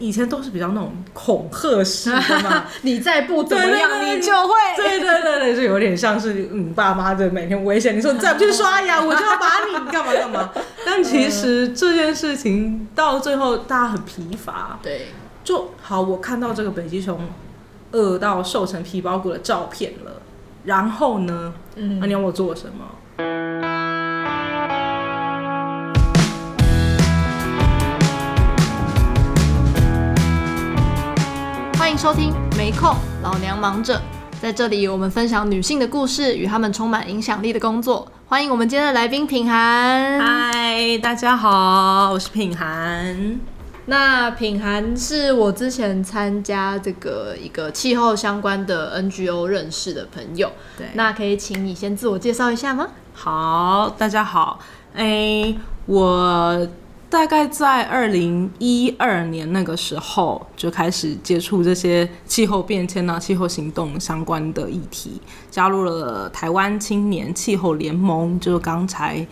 以前都是比较那种恐吓式的嘛， 你再不怎么样， 对你就会， 对，就有点像是你爸妈的每天威胁，你说你再不去刷牙，我就要把你干嘛。但其实这件事情到最后大家很疲乏， 对， 就好。我看到这个北极熊饿到瘦成皮包骨的照片了，然后呢，你要我做什么？ 欢迎收听没空老娘忙着，在这里我们分享女性的故事与她们充满影响力的工作。欢迎我们今天的来宾品涵。 嗨，大家好，我是品涵。 那品涵是我之前参加这个一个气候相关的 NGO 认识的朋友。 对， 那可以请你先自我介绍一下吗？ 好，大家好。我大概在2012年那个时候就开始接触这些气候变迁啊、气候行动相关的议题，加入了台湾青年气候联盟，就是刚才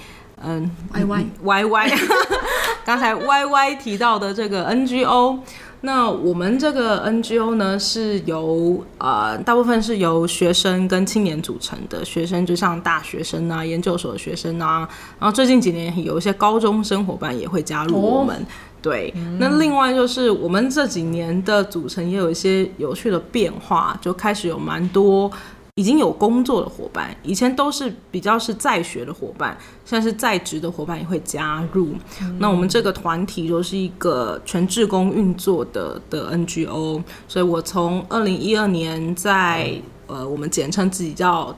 YY 刚才 YY 提到的这个 NGO。那我们这个 NGO 呢，是由大部分是由学生跟青年组成的。学生就像大学生啊、研究所的学生啊，然后最近几年有一些高中生伙伴也会加入我们。对，那另外就是我们这几年的组成也有一些有趣的变化，就开始有蛮多已经有工作的伙伴，以前都是比较是在学的伙伴，现在是在职的伙伴也会加入。那我们这个团体就是一个全志工运作的 NGO， 所以我从2012年在我们简称自己叫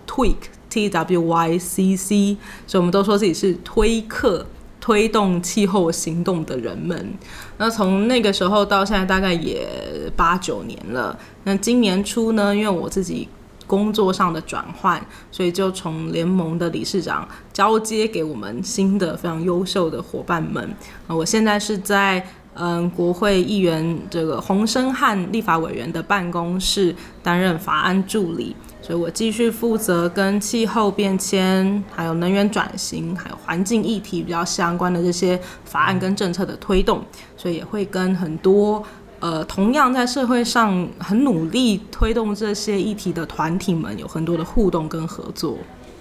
TWYCC， 所以我们都说自己是推动气候行动的人们。那从那个时候到现在大概也8-9年了。那今年初呢，因为我自己工作上的转换，所以就从联盟的理事长交接给我们新的非常优秀的伙伴们。我现在是在国会议员这个洪申翰立法委员的办公室担任法案助理，所以我继续负责跟气候变迁、还有能源转型、还有环境议题比较相关的这些法案跟政策的推动，所以也会跟很多同样在社会上很努力推动这些议题的团体们有很多的互动跟合作。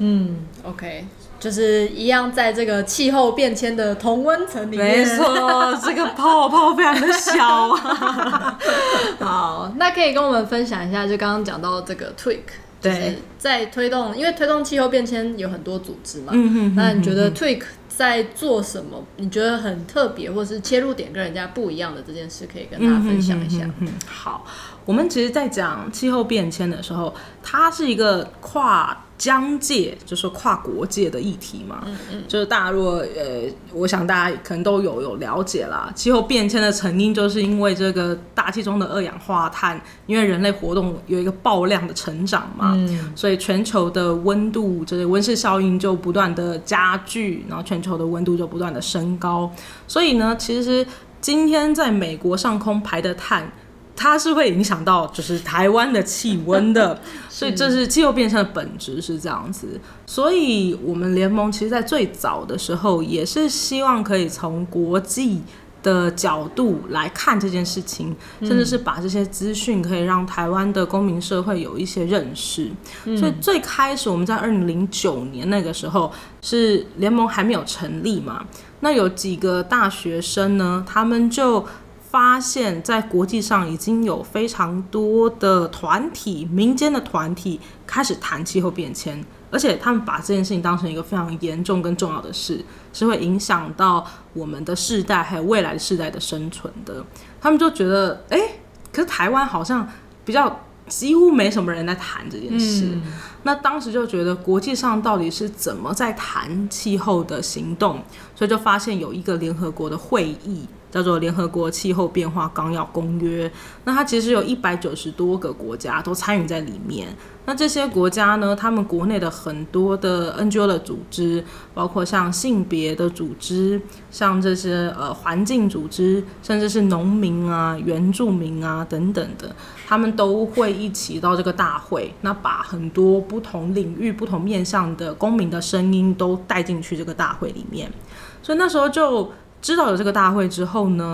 OK， 就是一样在这个气候变迁的同温层里面。 没错，这个泡泡非常的小啊。 好，那可以跟我们分享一下，就刚刚讲到这个 TWYC， 就是在推动，因为推动气候变迁有很多组织嘛。那你觉得 TWYC在做什么？你觉得很特别，或是切入点跟人家不一样的这件事，可以跟大家分享一下。 好，我们其实在讲气候变迁的时候，它是一个跨疆界，就是跨国界的议题嘛。就是大家如果我想大家可能都有了解啦，气候变迁的成因就是因为这个大气中的二氧化碳，因为人类活动有一个爆量的成长嘛，所以全球的温度就是温室效应就不断的加剧，然后全球的温度就不断的升高。所以呢，其实今天在美国上空排的碳，它是会影响到就是台湾的气温的，所以这是气候变迁的本质是这样子。所以我们联盟其实在最早的时候也是希望可以从国际的角度来看这件事情，甚至是把这些资讯可以让台湾的公民社会有一些认识。所以最开始我们在2009年那个时候是联盟还没有成立嘛，那有几个大学生呢，他们就发现在国际上已经有非常多的团体，民间的团体开始谈气候变迁，而且他们把这件事情当成一个非常严重跟重要的事，是会影响到我们的世代还有未来的世代的生存的。他们就觉得可是台湾好像比较几乎没什么人在谈这件事。那当时就觉得国际上到底是怎么在谈气候的行动，所以就发现有一个联合国的会议叫做联合国气候变化纲要公约。那它其实有190多个国家都参与在里面。那这些国家呢，他们国内的很多的 NGO 的组织，包括像性别的组织，像这些环境组织，甚至是农民啊、原住民啊等等的，他们都会一起到这个大会，那把很多不同领域、不同面向的公民的声音都带进去这个大会里面。所以那时候就知道有这个大会之后呢，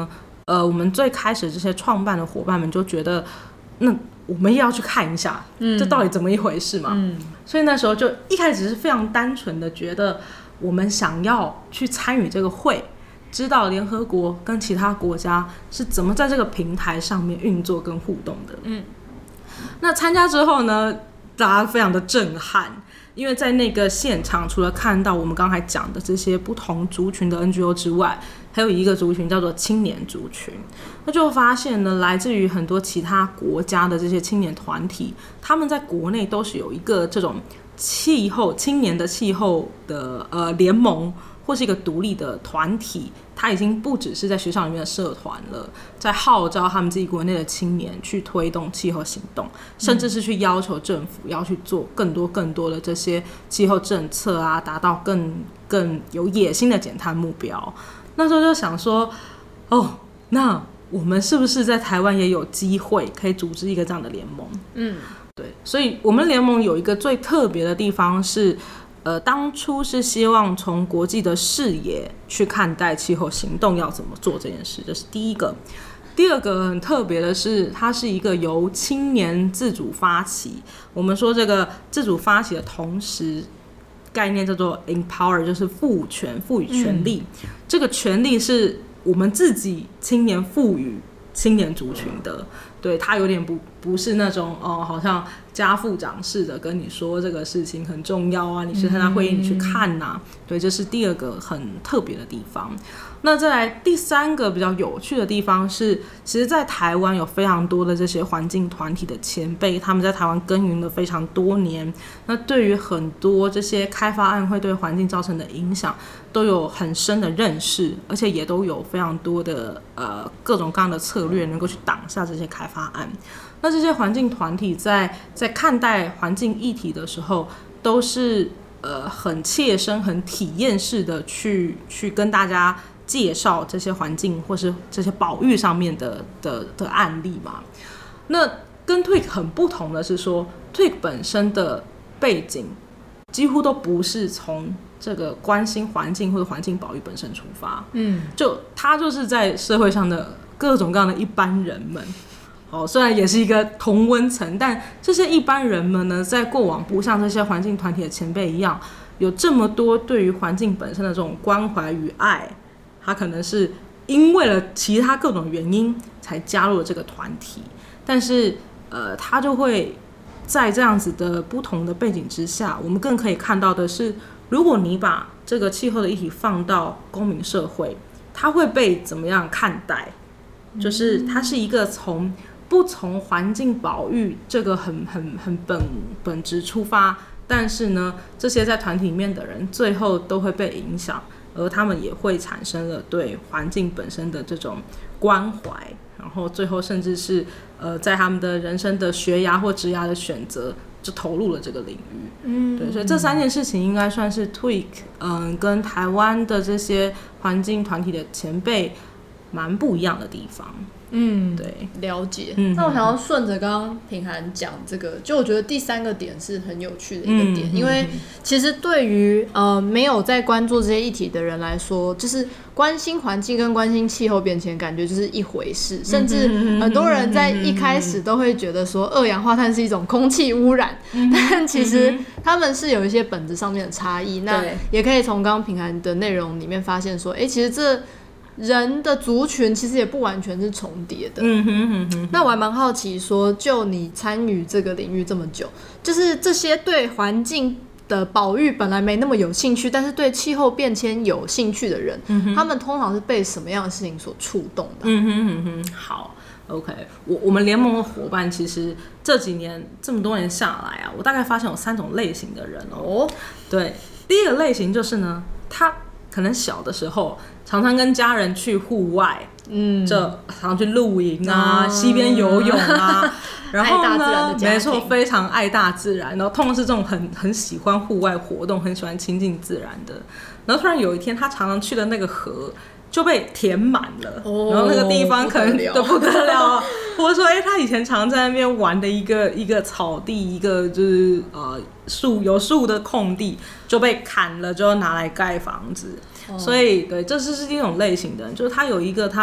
我们最开始这些创办的伙伴们就觉得，那我们也要去看一下，这到底怎么一回事嘛？所以那时候就一开始是非常单纯的觉得，我们想要去参与这个会，知道联合国跟其他国家是怎么在这个平台上面运作跟互动的。那参加之后呢，大家非常的震撼。因为在那个现场，除了看到我们刚才讲的这些不同族群的 NGO 之外，还有一个族群叫做青年族群。那就发现呢，来自于很多其他国家的这些青年团体，他们在国内都是有一个这种青年的气候的联盟，或是一个独立的团体，它已经不只是在学校里面的社团了，在号召他们自己国内的青年去推动气候行动，甚至是去要求政府要去做更多的这些气候政策啊，达到更有野心的减碳目标。那时候就想说，那我们是不是在台湾也有机会可以组织一个这样的联盟？对，所以我们联盟有一个最特别的地方是，当初是希望从国际的视野去看待气候行动要怎么做这件事，这是第一个。第二个很特别的是，它是一个由青年自主发起。我们说这个自主发起的同时，概念叫做 empower， 就是赋予权利。这个权利是我们自己青年赋予青年族群的。对，它有点不是那种好像家父长式的跟你说这个事情很重要啊，你去参加会议你去看啊。对，这是第二个很特别的地方。那再来第三个比较有趣的地方是，其实在台湾有非常多的这些环境团体的前辈，他们在台湾耕耘了非常多年，那对于很多这些开发案会对环境造成的影响都有很深的认识，而且也都有非常多的各种各样的策略能够去挡下这些开发案。那这些环境团体在看待环境议题的时候，都是很切身、很体验式的去跟大家介绍这些环境或是这些保育上面的案例嘛。那跟 TWIC 很不同的是说， TWIC 本身的背景几乎都不是从这个关心环境或者环境保育本身出发，就他就是在社会上的各种各样的一般人们。虽然也是一个同温层，但这些一般人们呢，在过往不像这些环境团体的前辈一样，有这么多对于环境本身的这种关怀与爱。他可能是因为了其他各种原因才加入了这个团体，但是他就会在这样子的不同的背景之下，我们更可以看到的是，如果你把这个气候的议题放到公民社会，它会被怎么样看待？就是它是一个不从环境保育这个很本质出发，但是呢，这些在团体里面的人最后都会被影响，而他们也会产生了对环境本身的这种关怀，然后最后甚至是在他们的人生的学涯或职涯的选择就投入了这个领域。对，所以这三件事情应该算是 TWIC 跟台湾的这些环境团体的前辈蛮不一样的地方。对， 了解。那我想要顺着刚刚品涵讲这个，就我觉得第三个点是很有趣的一个点，因为其实对于没有在关注这些议题的人来说，就是关心环境跟关心气候变迁感觉就是一回事，甚至很多人在一开始都会觉得说二氧化碳是一种空气污染，但其实他们是有一些本质上面的差异。那也可以从刚刚品涵的内容里面发现说，其实这人的族群其实也不完全是重叠的。那我还蛮好奇说，就你参与这个领域这么久，就是这些对环境的保育本来没那么有兴趣，但是对气候变迁有兴趣的人，他们通常是被什么样的事情所触动的？ 好 OK， 我们联盟的伙伴其实这几年这么多年下来啊，我大概发现有3种类型的人哦。对，第一个类型就是呢，他可能小的时候常常跟家人去户外，就常常去露营啊，溪边游泳啊，然后呢，没错，非常爱大自然，然后通常是这种很喜欢户外活动，很喜欢亲近自然的。然后突然有一天，他常常去的那个河就被填满了，然后那个地方可能都不得了，或者说他以前常在那边玩的一个草地，一个就是有树的空地就被砍了，就拿来盖房子。所以对，这是一种类型的人，就是他有一个他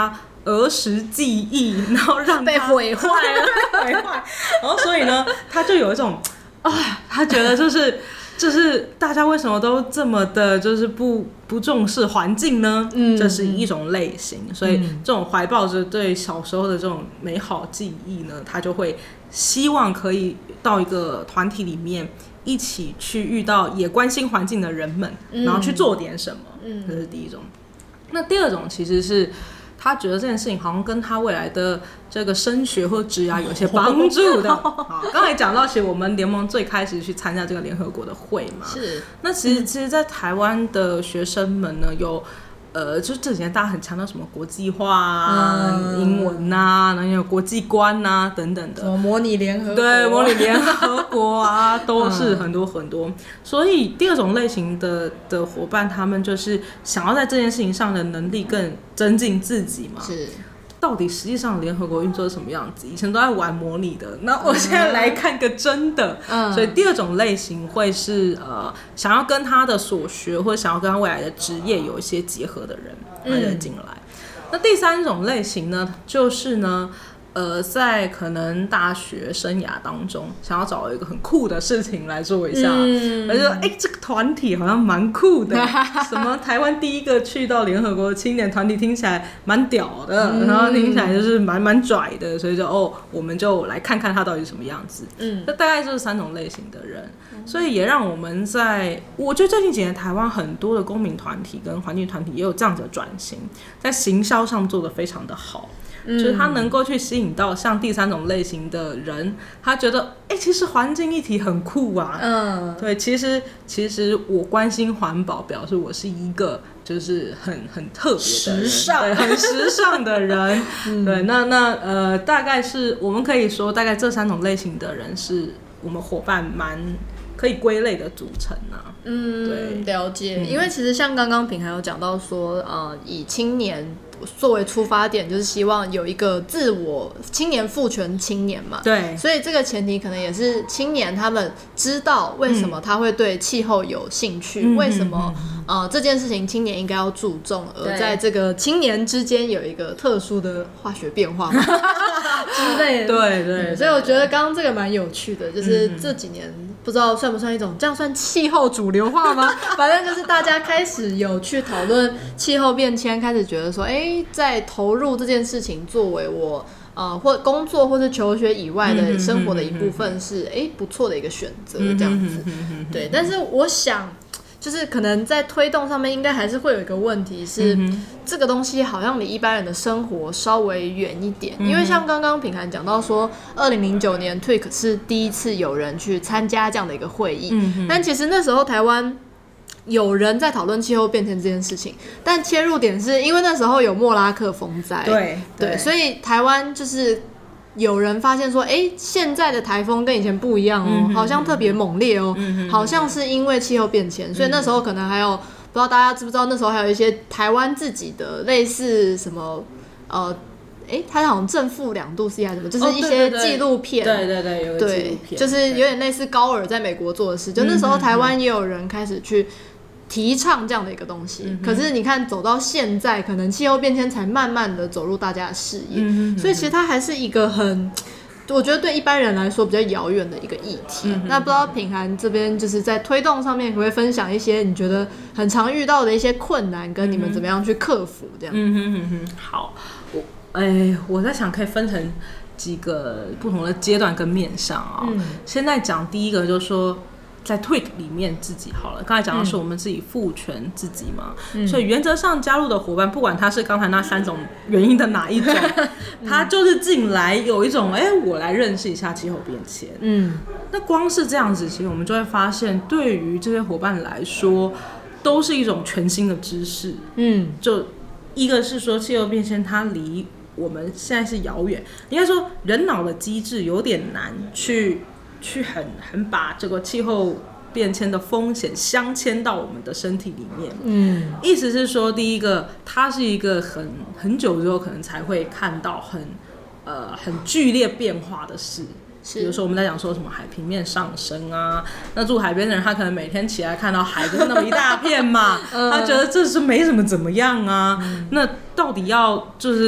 儿时记忆，然后让被毁坏了， 被毁坏，然后所以呢，他就有一种他觉得就是大家为什么都这么的，就是不重视环境呢？这是一种类型，所以这种怀抱着对小时候的这种美好记忆呢，他就会希望可以到一个团体里面一起去遇到也关心环境的人们，然后去做点什么。这是第一种。那第二种其实是他觉得这件事情好像跟他未来的这个升学或职涯有一些帮助的。好，刚才讲到，其实我们联盟最开始去参加这个联合国的会嘛， 是。 那其实，在台湾的学生们呢，有就这几年大家很强调什么国际化啊、英文啊，然后有国际观啊等等的， 什么模拟联合国， 对，模拟联合国啊，都是很多很多。所以第二种类型的伙伴，他们就是想要在这件事情上的能力更增进自己嘛。 是。 到底实际上联合国运作是什么样子？以前都在玩模拟的，那我现在来看个真的。所以第二种类型会是想要跟他的所学或者想要跟他未来的职业有一些结合的人，他就进来。那第三种类型呢，就是呢。在可能大学生涯当中，想要找一个很酷的事情来做一下，而且说，这个团体好像蛮酷的，什么台湾第一个去到联合国的青年团体，听起来蛮屌的，然后听起来就是蛮拽的，所以就我们就来看看他到底是什么样子。那大概就是3种类型的人，所以也让我们我觉得最近几年台湾很多的公民团体跟环境团体也有这样子的转型，在行销上做得非常的好。就是他能够去吸引到像第三种类型的人，他觉得其实环境议题很酷啊。对，其实我关心环保，表示我是一个就是很特别的人， 时尚， 对，很时尚的人。对，那大概是我们可以说，大概这3种类型的人是我们伙伴蛮可以归类的组成啊。对， 了解。因为其实像刚刚品还有讲到说，以青年作为出发点，就是希望有一个自我青年赋权青年嘛。 对， 所以这个前提可能也是青年他们知道为什么他会对气候有兴趣，为什么这件事情青年应该要注重，而在这个青年之间有一个特殊的化学变化之类的。 对， 所以我觉得刚刚这个蛮有趣的，就是这几年不知道算不算一种，这样算气候主流化吗？反正就是大家开始有去讨论气候变迁，开始觉得说，在投入这件事情作为我或工作或是求学以外的生活的一部分是不错的一个选择这样子。对，但是我想就是可能在推动上面应该还是会有一个问题是，这个东西好像离一般人的生活稍微远一点。因为像刚刚品涵讲到说2009年 TWIC 是第一次有人去参加这样的一个会议，但其实那时候台湾有人在讨论气候变迁这件事情，但切入点是因为那时候有莫拉克风灾，对，所以台湾就是有人发现说，现在的台风跟以前不一样哦，好像特别猛烈哦，好像是因为气候变迁，所以那时候可能还有不知道大家知不知道，那时候还有一些台湾自己的类似什么它好像正负2度 C 还是什么，就是一些纪录片， 对，有个纪录片， 就是有点类似高尔在美国做的事，就那时候台湾也有人开始去提倡这样的一个东西，可是你看走到现在，可能气候变迁才慢慢的走入大家的视野，所以其实它还是一个我觉得对一般人来说比较遥远的一个议题。那不知道品涵这边就是在推动上面，可不可以分享一些你觉得很常遇到的一些困难，跟你们怎么样去克服这样？ 好，我在想可以分成几个不同的阶段跟面向啊。现在讲第一个就是说，在 TWIC 里面自己好了，刚才讲的是我们自己赋权自己嘛，所以原则上加入的伙伴，不管他是刚才那3种原因的哪一种，他就是进来有一种我来认识一下气候变迁。那光是这样子，其实我们就会发现，对于这些伙伴来说，都是一种全新的知识。就一个是说气候变迁它离我们现在是遥远，应该说人脑的机制有点难去很把这个气候变迁的风险镶嵌到我们的身体里面。意思是说，第一个，它是一个很久之后可能才会看到很剧烈变化的事。比如说我们在讲说什么海平面上升啊，那住海边的人他可能每天起来看到海就是那么一大片嘛，他觉得这是没什么怎么样啊。那到底要就是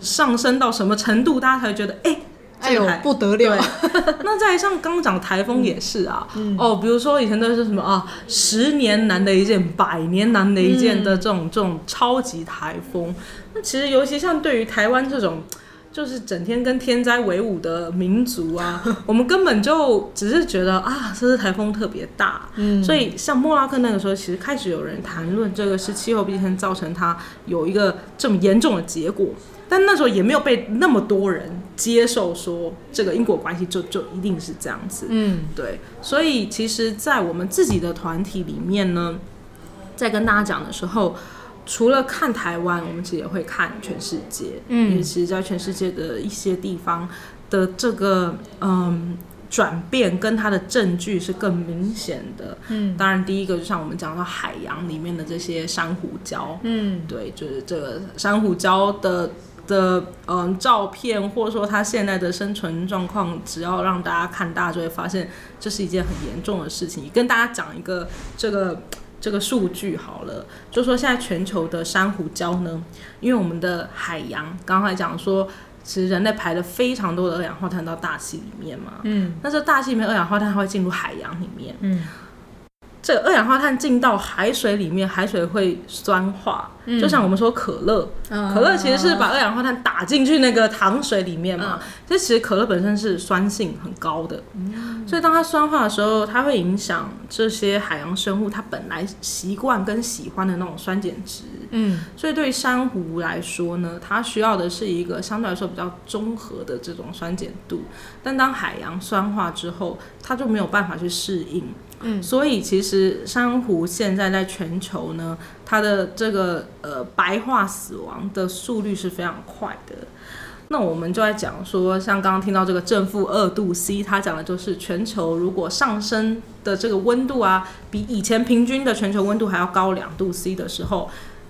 上升到什么程度，大家才会觉得哎呦不得了。 那再像刚刚讲台风也是啊，比如说以前都是什么10年难得一见、100年难得一见的这种超级台风。那其实尤其像对于台湾这种就是整天跟天灾为伍的民族啊，我们根本就只是觉得这次台风特别大，所以像莫拉克那个时候，其实开始有人谈论这个是气候变迁造成它有一个这么严重的结果。但那时候也没有被那么多人接受说这个因果关系就一定是这样子，对。所以其实在我们自己的团体里面呢，在跟大家讲的时候，除了看台湾，我们其实也会看全世界，因为其实在全世界的一些地方的这个转变跟它的证据是更明显的。当然第一个就像我们讲到海洋里面的这些珊瑚礁，对，就是这个珊瑚礁的照片，或者说它现在的生存状况，只要让大家看，大家就会发现这是一件很严重的事情。跟大家讲一个这个数据好了，就说现在全球的珊瑚礁呢，因为我们的海洋刚才讲说，其实人类排了非常多的二氧化碳到大气里面嘛，那这大气里面二氧化碳它会进入海洋里面，这个二氧化碳进到海水里面，海水会酸化，就像我们说可乐，可乐其实是把二氧化碳打进去那个糖水里面嘛，这其实可乐本身是酸性很高的，所以当它酸化的时候，它会影响这些海洋生物它本来习惯跟喜欢的那种酸碱值，所以对于珊瑚来说呢，它需要的是一个相对来说比较中和的这种酸碱度，但当海洋酸化之后，它就没有办法去适应。所以其实珊瑚现在在全球呢，它的这个白化死亡的速率是非常快的。那我们就在讲说，像刚刚听到这个正负2度 C， 它讲的就是全球如果上升的这个温度啊，比以前平均的全球温度还要高2度 C 的时候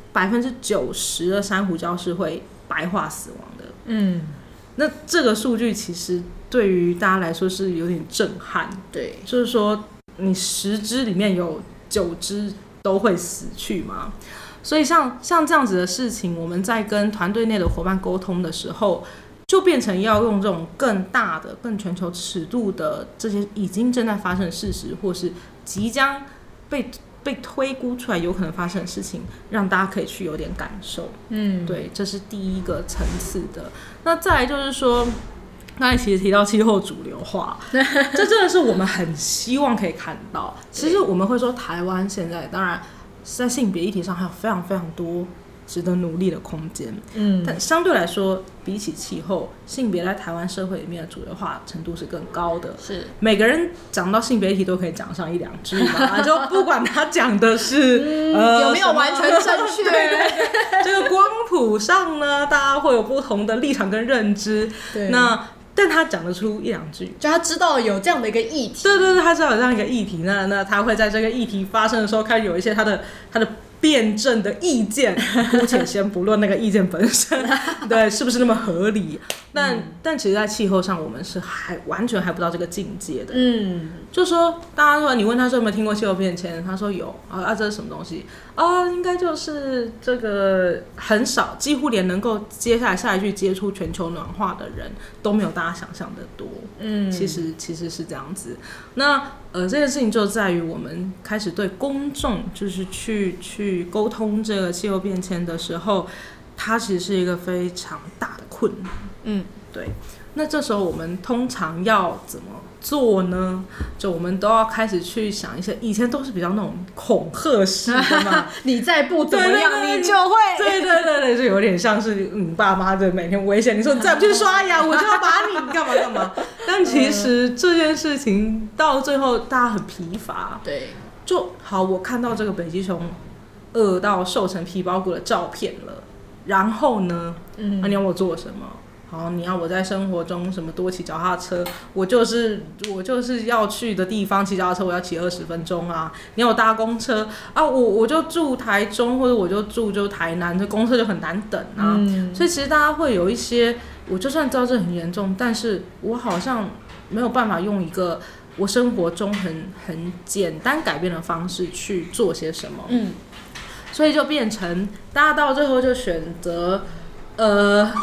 ，90%的珊瑚礁是会白化死亡的。那这个数据其实对于大家来说是有点震撼，对，就是说你10只里面有9只都会死去嘛。所以像这样子的事情，我们在跟团队内的伙伴沟通的时候，就变成要用这种更大的、更全球尺度的这些已经正在发生的事实，或是即将被推估出来有可能发生的事情，让大家可以去有点感受。对，这是第一个层次的。那再来就是说，刚才其实提到气候主流化，这真的是我们很希望可以看到。其实我们会说，台湾现在当然在性别议题上还有非常非常多值得努力的空间。但相对来说，比起气候，性别在台湾社会里面的主流化程度是更高的。是每个人讲到性别议题都可以讲上1-2句嘛，就不管他讲的是有没有完全正确， 对，这个光谱上呢，大家会有不同的立场跟认知。但他讲得出1-2句， 就他知道有这样的一个议题。 对，他知道有这样一个议题，那他会在这个议题发生的时候，开始有一些他的辩证的意见，姑且先不论那个意见本身，对，是不是那么合理？但其实，在气候上，我们是完全还不到这个境界的。就说大家说，你问他说有没有听过气候变迁，他说有这是什么东西应该就是这个很少，几乎连能够接下来去接触全球暖化的人都没有大家想象的多。其实是这样子。那这件事情就在于我们开始对公众就是去沟通这个气候变迁的时候，它其实是一个非常大的困难。对。那这时候我们通常要怎么做呢？就我们都要开始去想一些，以前都是比较那种恐吓式的嘛， 你再不怎么样，你就会， 对，就有点像是你爸妈的每天威胁，你说你再不去刷牙，我就要把你干嘛。但其实这件事情到最后大家很疲乏。对，就好，我看到这个北极熊饿到瘦成皮包骨的照片了，然后呢，那你要我做什么？好，你要我在生活中什么多骑脚踏车，我就是要去的地方骑脚踏车，我要骑20分钟啊。你要我搭公车啊，我就住台中或者我就住台南，这公车就很难等啊。所以其实大家会有一些，我就算知道这很严重，但是我好像没有办法用一个我生活中很简单改变的方式去做些什么。所以就变成大家到最后就选择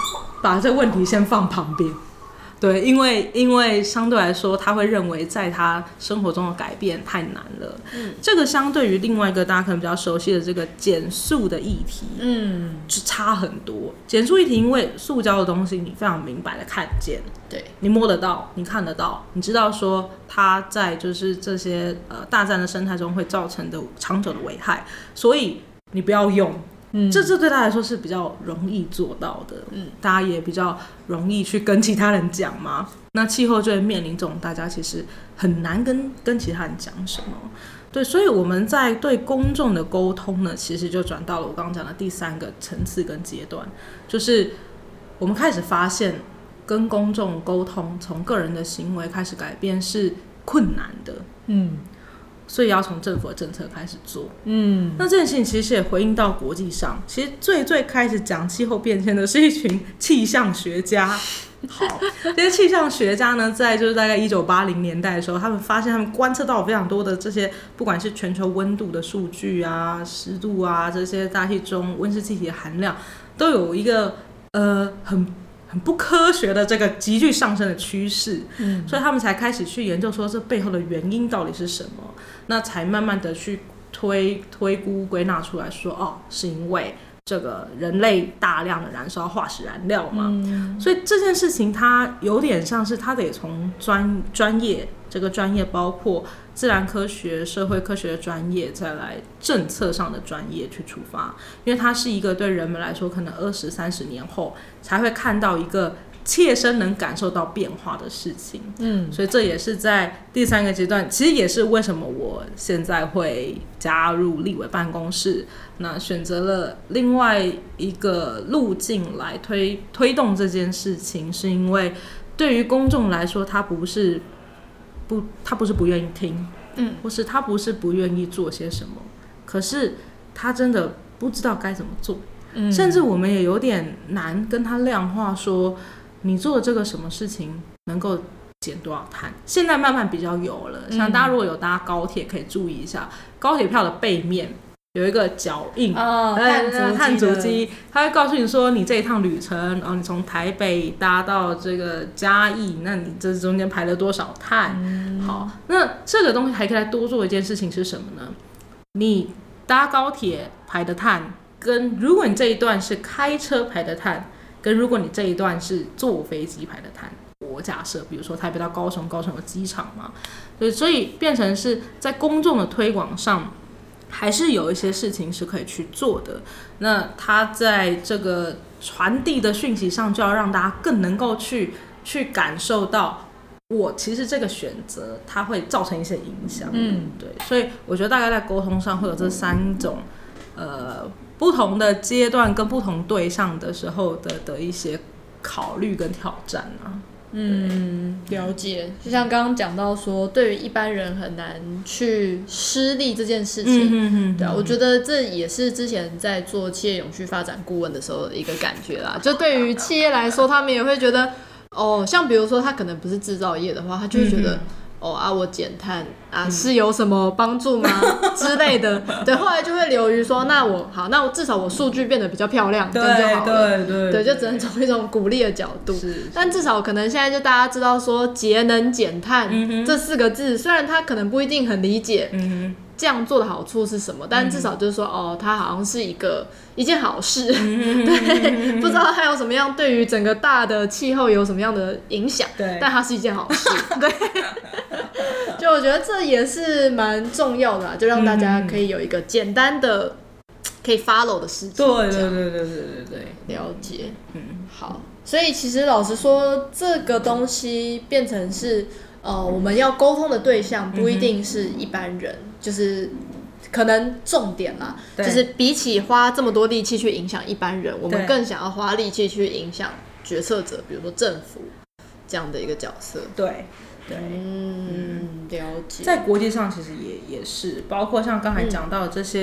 把这问题先放旁边。对，因为相对来说，他会认为在他生活中的改变太难了。这个相对于另外一个大家可能比较熟悉的这个减塑的议题，就差很多。减塑议题，因为塑胶的东西你非常明白的看见， 对， 你摸得到，你看得到，你知道说它在就是这些大自然的生态中会造成的长久的危害，所以你不要用。这对他来说是比较容易做到的，大家也比较容易去跟其他人讲嘛。那气候就会面临这种大家其实很难跟其他人讲什么。对，所以我们在对公众的沟通呢，其实就转到了我刚刚讲的第3个层次跟阶段，就是我们开始发现跟公众沟通，从个人的行为开始改变是困难的。所以要从政府的政策开始做。那这件事情其实也回应到国际上，其实最开始讲气候变迁的是一群气象学家。好，这些气象学家呢，在就是大概1980年代的时候，他们发现他们观测到非常多的这些，不管是全球温度的数据啊、湿度啊，这些大气中温室气体的含量，都有一个很不科学的这个急剧上升的趋势，所以他们才开始去研究说这背后的原因到底是什么，那才慢慢的去推估归纳出来说，是因为这个人类大量的燃烧化石燃料嘛，所以这件事情它有点像是它得从专业，这个专业包括自然科学、社会科学的专业，再来政策上的专业去出发，因为它是一个对人们来说可能20-30年后才会看到一个切身能感受到变化的事情。所以这也是在第3个阶段，其实也是为什么我现在会加入立委办公室，那选择了另外一个路径来推动这件事情，是因为对于公众来说，他不是不愿意听，或是他不是不愿意做些什么，可是他真的不知道该怎么做，甚至我们也有点难跟他量化说，你做的这个什么事情能够减多少碳。现在慢慢比较有了，像大家如果有搭高铁，可以注意一下高铁票的背面有一个脚印，碳足迹，它会告诉你说你这一趟旅程，你从台北搭到这个嘉义，那你这中间排了多少碳。好，那这个东西还可以再多做一件事情是什么呢？你搭高铁排的碳，跟如果你这一段是开车排的碳，跟如果你这一段是坐飞机排的碳，我假设比如说台北到高雄，高雄有机场嘛，所以变成是在公众的推广上还是有一些事情是可以去做的。那他在这个传递的讯息上，就要让大家更能够去感受到，我其实这个选择它会造成一些影响。对，所以我觉得大概在沟通上会有这3种不同的阶段跟不同对象的时候的一些考虑跟挑战啊。 了解。就像刚刚讲到说，对于一般人很难去施力这件事情，对啊，我觉得这也是之前在做企业永续发展顾问的时候的一个感觉啦。就对于企业来说，他们也会觉得，像比如说他可能不是制造业的话，他就会觉得，我减碳是有什么帮助吗之类的。对，后来就会流于说，那我至少我数据变得比较漂亮，这样就好了。对，就只能从一种鼓励的角度。但至少可能现在就大家知道说节能减碳这4个字，虽然他可能不一定很理解这样做的好处是什么，但至少就是说，它好像是一件好事。对，不知道它有什么样对于整个大的气候有什么样的影响，但它是一件好事。对，就我觉得这也是蛮重要的啦，就让大家可以有一个简单的可以 follow 的事情。 对， 了解。好，所以其实老实说，这个东西变成是我们要沟通的对象不一定是一般人，就是可能重点啦，就是比起花这么多力气去影响一般人，我们更想要花力气去影响决策者，比如说政府这样的一个角色。 对， 了解。 在国际上其实也是，包括像刚才讲到的这些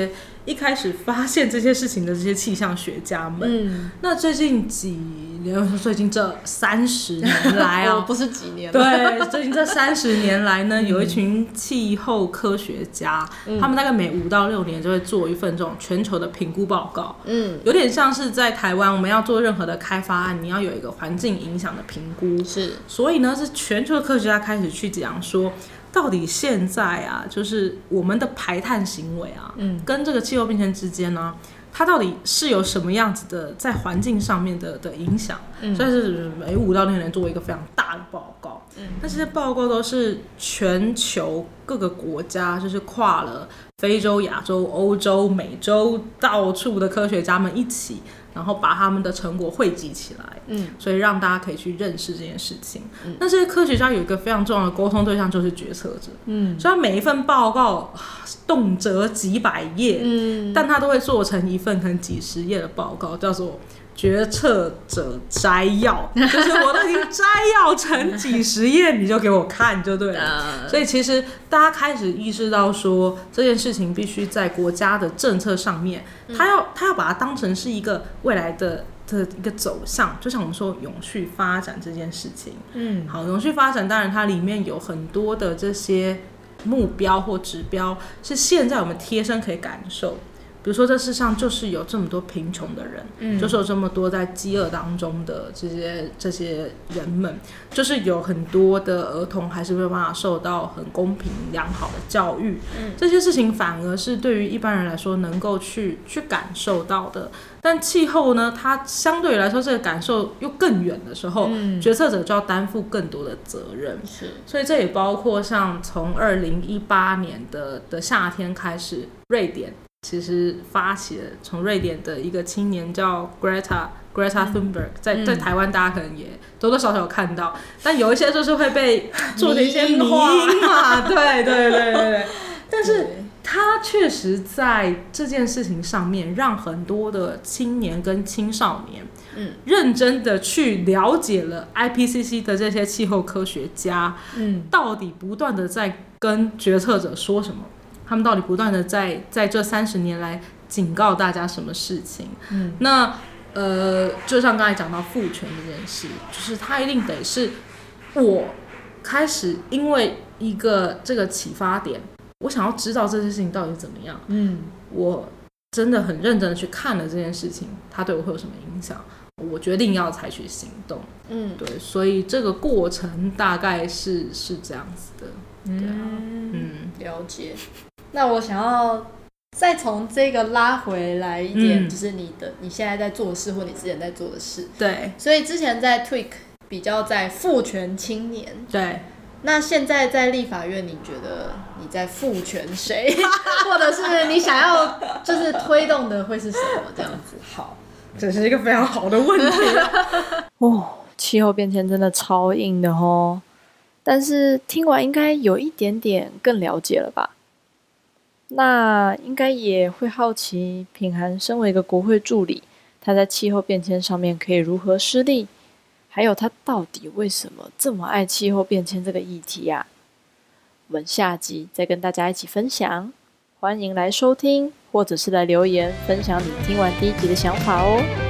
一开始发现这些事情的这些气象学家们。那最近最近这30年来啊， 不是几年， 对，最近这30年来呢，有一群气候科学家，他们大概每5到6年就会做一份这种全球的评估报告。有点像是在台湾，我们要做任何的开发案，你要有一个环境影响的评估。 是， 所以呢，是全球的科学家开始去讲说，到底现在啊，就是我们的排碳行为啊，跟这个气候变迁之间呢，它到底是有什么样子的在环境上面的影响？所以是每5到6年做一个非常大的报告。那这些报告都是全球各个国家，就是跨了非洲、亚洲、欧洲、美洲到处的科学家们一起，然后把他们的成果汇集起来，所以让大家可以去认识这件事情。那这些科学家有一个非常重要的沟通对象，就是决策者。所以他每一份报告动辄几百页，但他都会做成一份可能几10页的报告，叫做决策者摘要，就是我都已经摘要成几10页，你就给我看就对了。所以其实大家开始意识到说，这件事情必须在国家的政策上面，他要把它当成是一个未来的一个走向，就像我们说永续发展这件事情。好，永续发展当然它里面有很多的这些目标或指标，是现在我们贴身可以感受。比如说这世上就是有这么多贫穷的人，就是有这么多在饥饿当中的这些人们，就是有很多的儿童还是没有办法受到很公平良好的教育。这些事情反而是对于一般人来说能够去感受到的。但气候呢，它相对来说这个感受又更远的时候，决策者就要担负更多的责任。所以这也包括像从2018年的夏天开始，瑞典其实发起了，从瑞典的一个青年叫 Greta Thunberg， 在台湾大家可能也多多少少有看到，但有一些就是会被做的一些迷因嘛，对。但是他确实在这件事情上面，让很多的青年跟青少年，认真的去了解了 IPCC 的这些气候科学家，到底不断的在跟决策者说什么。他们到底不断的在这30年来警告大家什么事情？那就像刚才讲到父权这件事，就是他一定得是我开始因为一个这个启发点，我想要知道这件事情到底是怎么样。我真的很认真的去看了这件事情，它对我会有什么影响？我决定要采取行动。对，所以这个过程大概是这样子的。 了解。那我想要再从这个拉回来一点，就是你现在在做的事或你之前在做的事。 对， 所以之前在 Tweak 比较在父权青年。 对， 那现在在立法院，你觉得你在父权谁？或者是你想要就是推动的会是什么这样子？ 好，这是一个非常好的问题。 气候变迁真的超硬的齁，但是听完应该有一点点更了解了吧？那应该也会好奇，品涵身为一个国会助理，他在气候变迁上面可以如何施力？还有他到底为什么这么爱气候变迁这个议题啊？我们下集再跟大家一起分享，欢迎来收听，或者是来留言分享你听完第1集的想法哦。